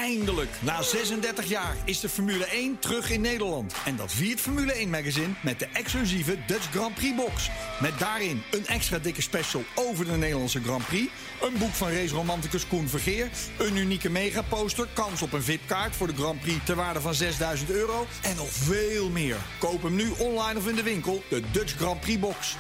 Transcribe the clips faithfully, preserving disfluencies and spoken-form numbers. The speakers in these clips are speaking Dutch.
Eindelijk, na zesendertig jaar, is de Formule één terug in Nederland. En dat viert Formule één Magazine met de exclusieve Dutch Grand Prix box. Met daarin een extra dikke special over de Nederlandse Grand Prix, een boek van raceromanticus Koen Vergeer, een unieke megaposter, kans op een V I P-kaart voor de Grand Prix ter waarde van zesduizend euro en nog veel meer. Koop hem nu online of in de winkel, de Dutch Grand Prix box.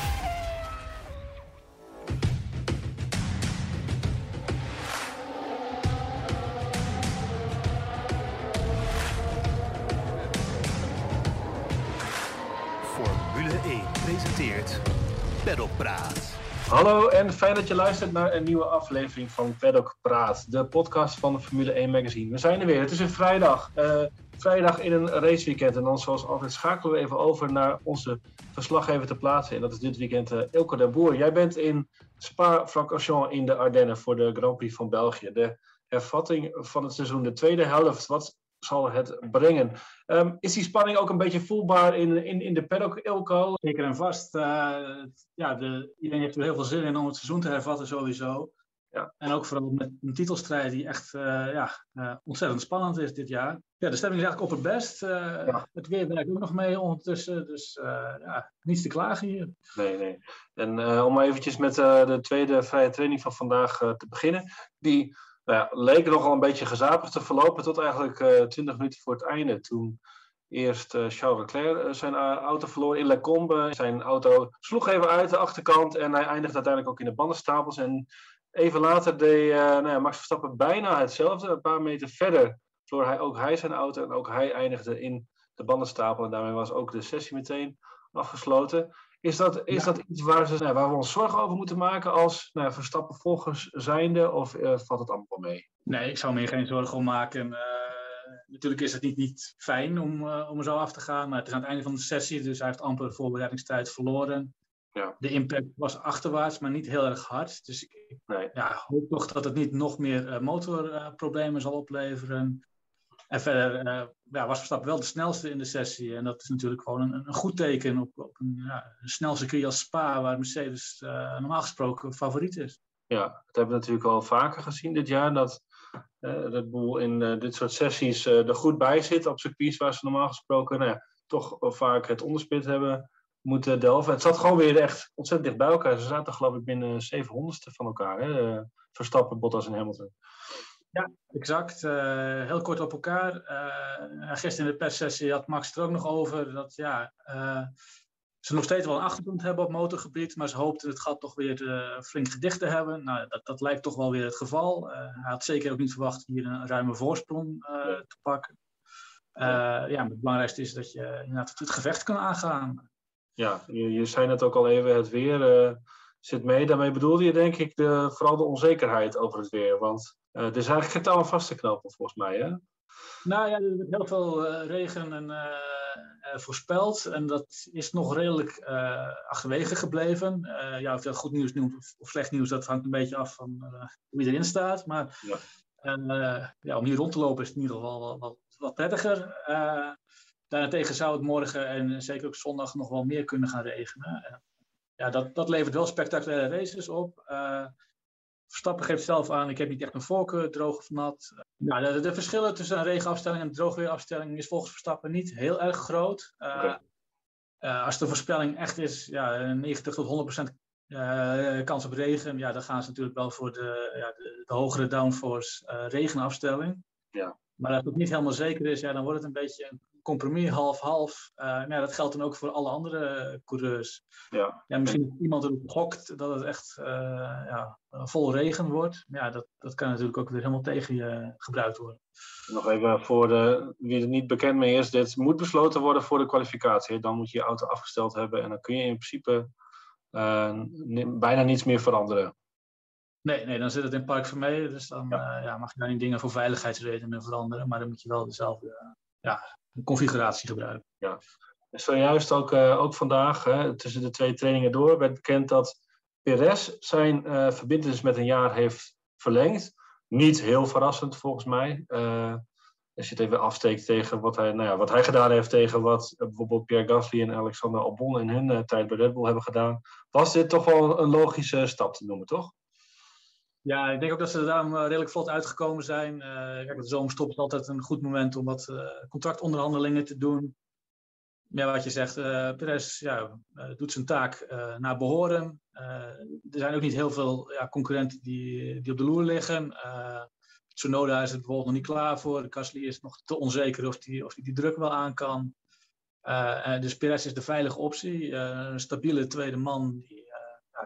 Formule één presenteert Paddock Praat. Hallo en fijn dat je luistert naar een nieuwe aflevering van Paddock Praat, de podcast van de Formule één Magazine. We zijn er weer, het is een vrijdag, uh, vrijdag in een raceweekend en dan zoals altijd schakelen we even over naar onze verslaggever ter plaatse en dat is dit weekend uh, Ilko den Boer. Jij bent in Spa-Francorchamps in de Ardennen voor de Grand Prix van België. De hervatting van het seizoen, de tweede helft, wat zal het brengen? Um, is die spanning ook een beetje voelbaar in, in, in de paddock, Ilko? Zeker en vast. Uh, ja, de, iedereen heeft er heel veel zin in om het seizoen te hervatten sowieso. Ja. En ook vooral met een titelstrijd die echt uh, ja, uh, ontzettend spannend is dit jaar. Ja, de stemming is eigenlijk op het best. Uh, ja. Het weer werkt ook nog mee ondertussen. Dus uh, ja, niets te klagen hier. Nee, nee. En uh, om eventjes met uh, de tweede vrije training van vandaag uh, te beginnen. Die nou ja, leek nogal een beetje gezapig te verlopen tot eigenlijk uh, twintig minuten voor het einde. Toen eerst uh, Charles Leclerc uh, zijn uh, auto verloor in Lecombe. Zijn auto sloeg even uit de achterkant en hij eindigde uiteindelijk ook in de bandenstapels. En even later deed uh, nou ja, Max Verstappen bijna hetzelfde. Een paar meter verder verloor hij ook hij zijn auto en ook hij eindigde in de bandenstapel. En daarmee was ook de sessie meteen afgesloten. Is dat, is ja. dat iets waar, ze, nou, waar we ons zorgen over moeten maken als nou, Verstappen volgers zijnde? Of uh, valt het allemaal mee? Nee, ik zou me hier geen zorgen om maken. Uh, natuurlijk is het niet, niet fijn om, uh, om er zo af te gaan. Maar het is aan het einde van de sessie, dus hij heeft amper voorbereidingstijd verloren. Ja. De impact was achterwaarts, maar niet heel erg hard. Dus ik nee. ja, hoop toch dat het niet nog meer uh, motorproblemen uh, zal opleveren. En verder uh, ja, was Verstappen wel de snelste in de sessie. En dat is natuurlijk gewoon een, een goed teken op, op een, ja, een snel circuit als Spa, waar Mercedes uh, normaal gesproken favoriet is. Ja, dat hebben we natuurlijk al vaker gezien dit jaar. Dat uh, Red Bull in uh, dit soort sessies uh, er goed bij zit op circuits waar ze normaal gesproken nou ja, toch vaak het onderspit hebben moeten delven. Het zat gewoon weer echt ontzettend dicht bij elkaar. Ze zaten geloof ik binnen zevenhonderdste van elkaar. Hè? Uh, Verstappen, Bottas en Hamilton. Ja, exact. Uh, heel kort op elkaar. Uh, gisteren in de perssessie had Max het er ook nog over dat ja, uh, ze nog steeds wel een achtergrond hebben op motorgebied, maar ze hoopten het gat toch weer uh, flink gedicht te hebben. Nou, dat, dat lijkt toch wel weer het geval. Uh, hij had zeker ook niet verwacht hier een ruime voorsprong uh, te pakken. Uh, ja, maar het belangrijkste is dat je inderdaad het gevecht kan aangaan. Ja, je, je zei net ook al even, het weer uh, zit mee. Daarmee bedoelde je denk ik de, vooral de onzekerheid over het weer, want Uh, er is eigenlijk geen touw aan vast te knopen, volgens mij, hè? Nou ja, er wordt heel veel uh, regen en, uh, uh, voorspeld. En dat is nog redelijk uh, achterwege gebleven. Uh, ja, of dat goed nieuws noemt of, of slecht nieuws, dat hangt een beetje af van uh, wie erin staat. Maar ja. uh, ja, om hier rond te lopen is het in ieder geval wel wat, wat prettiger. Uh, daarentegen zou het morgen en zeker ook zondag nog wel meer kunnen gaan regenen. Uh, ja, dat, dat levert wel spectaculaire races op. Uh, Verstappen geeft zelf aan, ik heb niet echt een voorkeur, droog of nat. Nou, de, de verschillen tussen een regenafstelling en een droogweerafstelling is volgens Verstappen niet heel erg groot. Uh, okay. uh, als de voorspelling echt is, ja, negentig tot honderd procent uh, kans op regen, ja, dan gaan ze natuurlijk wel voor de, ja, de, de hogere downforce uh, regenafstelling. Ja. Maar als het niet helemaal zeker is, ja, dan wordt het een beetje een compromis, half-half. Uh, nou ja, dat geldt dan ook voor alle andere coureurs. Ja. Ja, misschien dat iemand erop gokt dat het echt uh, ja, vol regen wordt. Ja, dat, dat kan natuurlijk ook weer helemaal tegen je gebruikt worden. Nog even voor de, wie er niet bekend mee is. Dit moet besloten worden voor de kwalificatie. Dan moet je je auto afgesteld hebben. En dan kun je in principe uh, bijna niets meer veranderen. Nee, nee, dan zit het in Park Vermeer. Dus dan ja. Uh, ja, mag je daar niet dingen voor veiligheidsredenen veranderen. Maar dan moet je wel dezelfde uh, ja, configuratie gebruiken. Ja. En zojuist ook, uh, ook vandaag, hè, tussen de twee trainingen door, werd bekend dat Perez zijn uh, verbintenis met een jaar heeft verlengd. Niet heel verrassend volgens mij. Uh, als je het even afsteekt tegen wat hij, nou ja, wat hij gedaan heeft tegen wat uh, bijvoorbeeld Pierre Gasly en Alexander Albon in hun uh, tijd bij Red Bull hebben gedaan. Was dit toch wel een logische stap te noemen, toch? Ja, ik denk ook dat ze er daarom uh, redelijk vlot uitgekomen zijn. Uh, kijk, de zomerstop is altijd een goed moment om wat uh, contractonderhandelingen te doen. Ja, wat je zegt, uh, Perez ja, uh, doet zijn taak uh, naar behoren. Uh, er zijn ook niet heel veel ja, concurrenten die, die op de loer liggen. Uh, Tsunoda is er bijvoorbeeld nog niet klaar voor. Gasly is nog te onzeker of hij die, of die, die druk wel aan kan. Uh, uh, dus Perez is de veilige optie. Uh, een stabiele tweede man die uh, ja,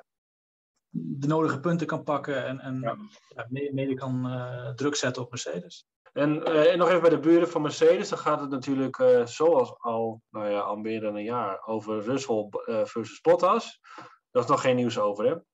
de nodige punten kan pakken en, en ja. Ja, mede, mede kan uh, druk zetten op Mercedes. En, uh, en nog even bij de buren van Mercedes, dan gaat het natuurlijk uh, zoals al, nou ja, al meer dan een jaar over Russell uh, versus Bottas. Daar is nog geen nieuws over, hè? Uh,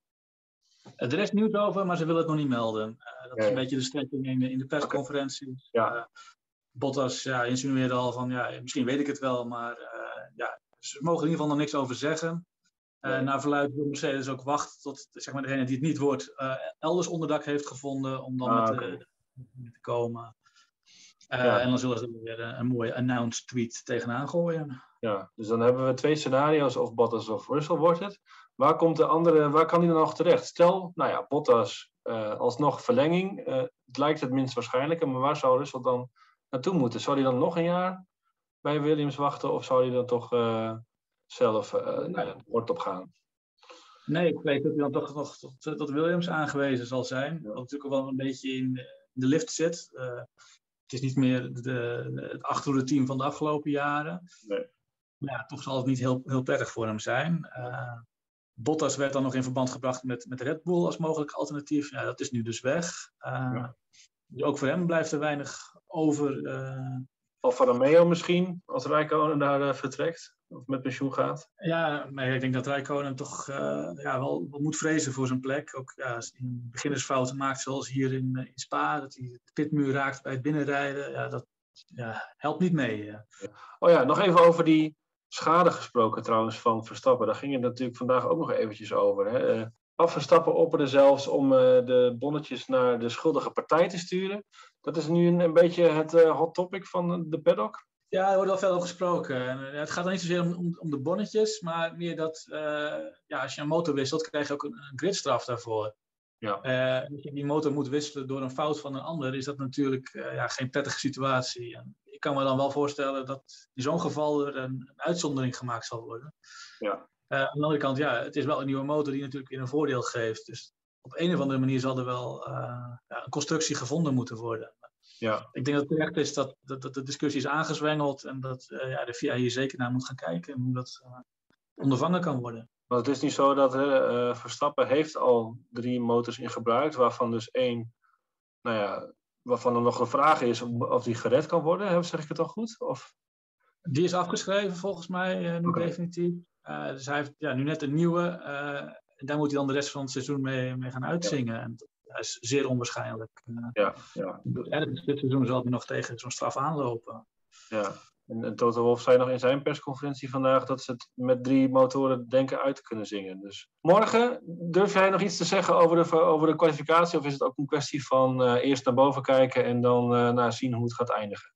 er is nieuws over, maar ze willen het nog niet melden. Uh, dat nee. is een beetje de strekking in, in de persconferentie. Okay. Ja. Uh, Bottas ja, insinueerde al van, ja, misschien weet ik het wel, maar uh, ja, ze mogen in ieder geval nog niks over zeggen. Uh, nee. Naar verluidt wil Mercedes ook wachten tot zeg maar, degene die het niet wordt uh, elders onderdak heeft gevonden om dan ah, met okay. uh, te komen. Uh, ja. En dan zullen ze er weer een, een mooie announced tweet tegenaan gooien. Ja, dus dan hebben we twee scenario's, of Bottas of Russell wordt het. Waar komt de andere, waar kan hij dan nog terecht? Stel, nou ja, Bottas uh, alsnog verlenging. Uh, het lijkt het minst waarschijnlijke, maar waar zou Russell dan naartoe moeten? Zou hij dan nog een jaar bij Williams wachten of zou hij dan toch uh, zelf uh, nou ja, het bord op gaan? Nee, ik weet dat hij dan toch nog tot, tot Williams aangewezen zal zijn. Ja. Wat natuurlijk wel een beetje in de lift zit. Uh, het is niet meer de, de, het achterhoede-team van de afgelopen jaren. Nee. Maar ja, toch zal het niet heel, heel prettig voor hem zijn. Uh, Bottas werd dan nog in verband gebracht met, met Red Bull als mogelijk alternatief. Ja, dat is nu dus weg. Uh, ja. Dus ook voor hem blijft er weinig over. Uh... Alfa Romeo misschien, als Räikkönen daar uh, vertrekt of met pensioen gaat. Ja, maar ik denk dat Räikkönen toch uh, ja, wel, wel moet vrezen voor zijn plek. Ook ja, als hij een beginnersfouten maakt zoals hier in, in Spa, dat hij de pitmuur raakt bij het binnenrijden. Ja, dat ja, helpt niet mee. Ja. Oh ja, nog even over die schade gesproken trouwens van Verstappen. Daar ging het natuurlijk vandaag ook nog eventjes over. Hè? Uh, Verstappen opperde zelfs om uh, de bonnetjes naar de schuldige partij te sturen. Dat is nu een, een beetje het uh, hot topic van de paddock. Ja, er wordt wel veel over gesproken. En, uh, het gaat dan niet zozeer om, om, om de bonnetjes, maar meer dat uh, ja, als je een motor wisselt, krijg je ook een, een gridstraf daarvoor. Ja. Uh, als je die motor moet wisselen door een fout van een ander, is dat natuurlijk uh, ja, geen prettige situatie. En ik kan me dan wel voorstellen dat in zo'n geval er een, een uitzondering gemaakt zal worden. Ja. Uh, aan de andere kant, ja, het is wel een nieuwe motor die natuurlijk weer een voordeel geeft. Dus op een of andere manier zal er wel uh, ja, een constructie gevonden moeten worden. Ja. Ik denk dat het terecht is dat, dat, dat de discussie is aangezwengeld en dat uh, ja, de V I A hier zeker naar moet gaan kijken en hoe dat uh, ondervangen kan worden. Want het is niet zo dat uh, Verstappen heeft al drie motors in gebruik, waarvan dus één, nou ja, waarvan er nog een vraag is of die gered kan worden. Zeg ik het al goed? Of... Die is afgeschreven volgens mij, uh, nu okay. definitief. Uh, dus hij heeft ja, nu net een nieuwe. Uh, en daar moet hij dan de rest van het seizoen mee, mee gaan uitzingen. Ja. En dat is zeer onwaarschijnlijk. Uh, ja, ja. Ergens dit seizoen zal hij nog tegen zo'n straf aanlopen. Ja, en, en Toto Wolff zei nog in zijn persconferentie vandaag dat ze het met drie motoren denken uit te kunnen zingen. Dus morgen, durf jij nog iets te zeggen over de, over de kwalificatie? Of is het ook een kwestie van uh, eerst naar boven kijken en dan uh, nou, zien hoe het gaat eindigen?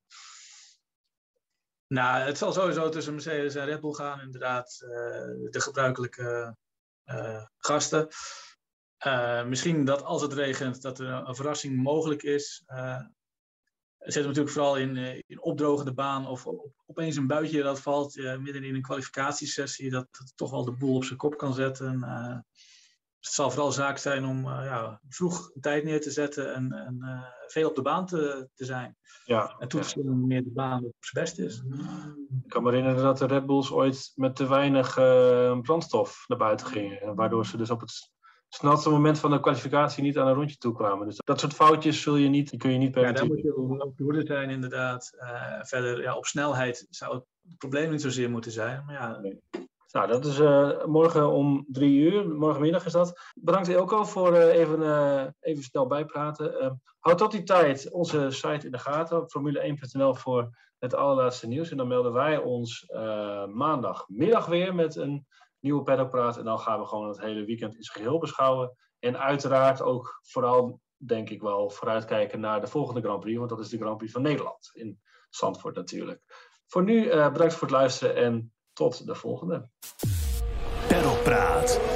Nou, het zal sowieso tussen Mercedes en Red Bull gaan, inderdaad. Uh, de gebruikelijke uh, gasten. Uh, misschien dat als het regent, dat er een, een verrassing mogelijk is. Uh, het zit natuurlijk vooral in, uh, in opdrogende baan of op, opeens een buitje dat valt uh, midden in een kwalificatiesessie, dat, dat toch wel de boel op zijn kop kan zetten. Uh, het zal vooral zaak zijn om uh, ja, vroeg een tijd neer te zetten en, en uh, veel op de baan te, te zijn. Ja, en toetsen ja. wanneer de baan op zijn best is. Ik kan me herinneren dat de Red Bulls ooit met te weinig uh, brandstof naar buiten gingen. Waardoor ze dus op het snelste moment van de kwalificatie niet aan een rondje toe kwamen. Dus dat soort foutjes zul je niet, die kun je niet preventief. Ja, daar moet je op de hoede zijn inderdaad. Uh, verder, ja, op snelheid zou het probleem niet zozeer moeten zijn. Maar ja... Nee. Nou, dat is uh, morgen om drie uur. Morgenmiddag is dat. Bedankt Eelco voor uh, even, uh, even snel bijpraten. Uh, houd tot die tijd onze site in de gaten. Formule één punt n l voor het allerlaatste nieuws. En dan melden wij ons uh, maandagmiddag weer met een nieuwe paddockpraat. En dan gaan we gewoon het hele weekend in zijn geheel beschouwen. En uiteraard ook vooral, denk ik wel, vooruitkijken naar de volgende Grand Prix. Want dat is de Grand Prix van Nederland. In Zandvoort natuurlijk. Voor nu uh, bedankt voor het luisteren en tot de volgende. Paddockpraat.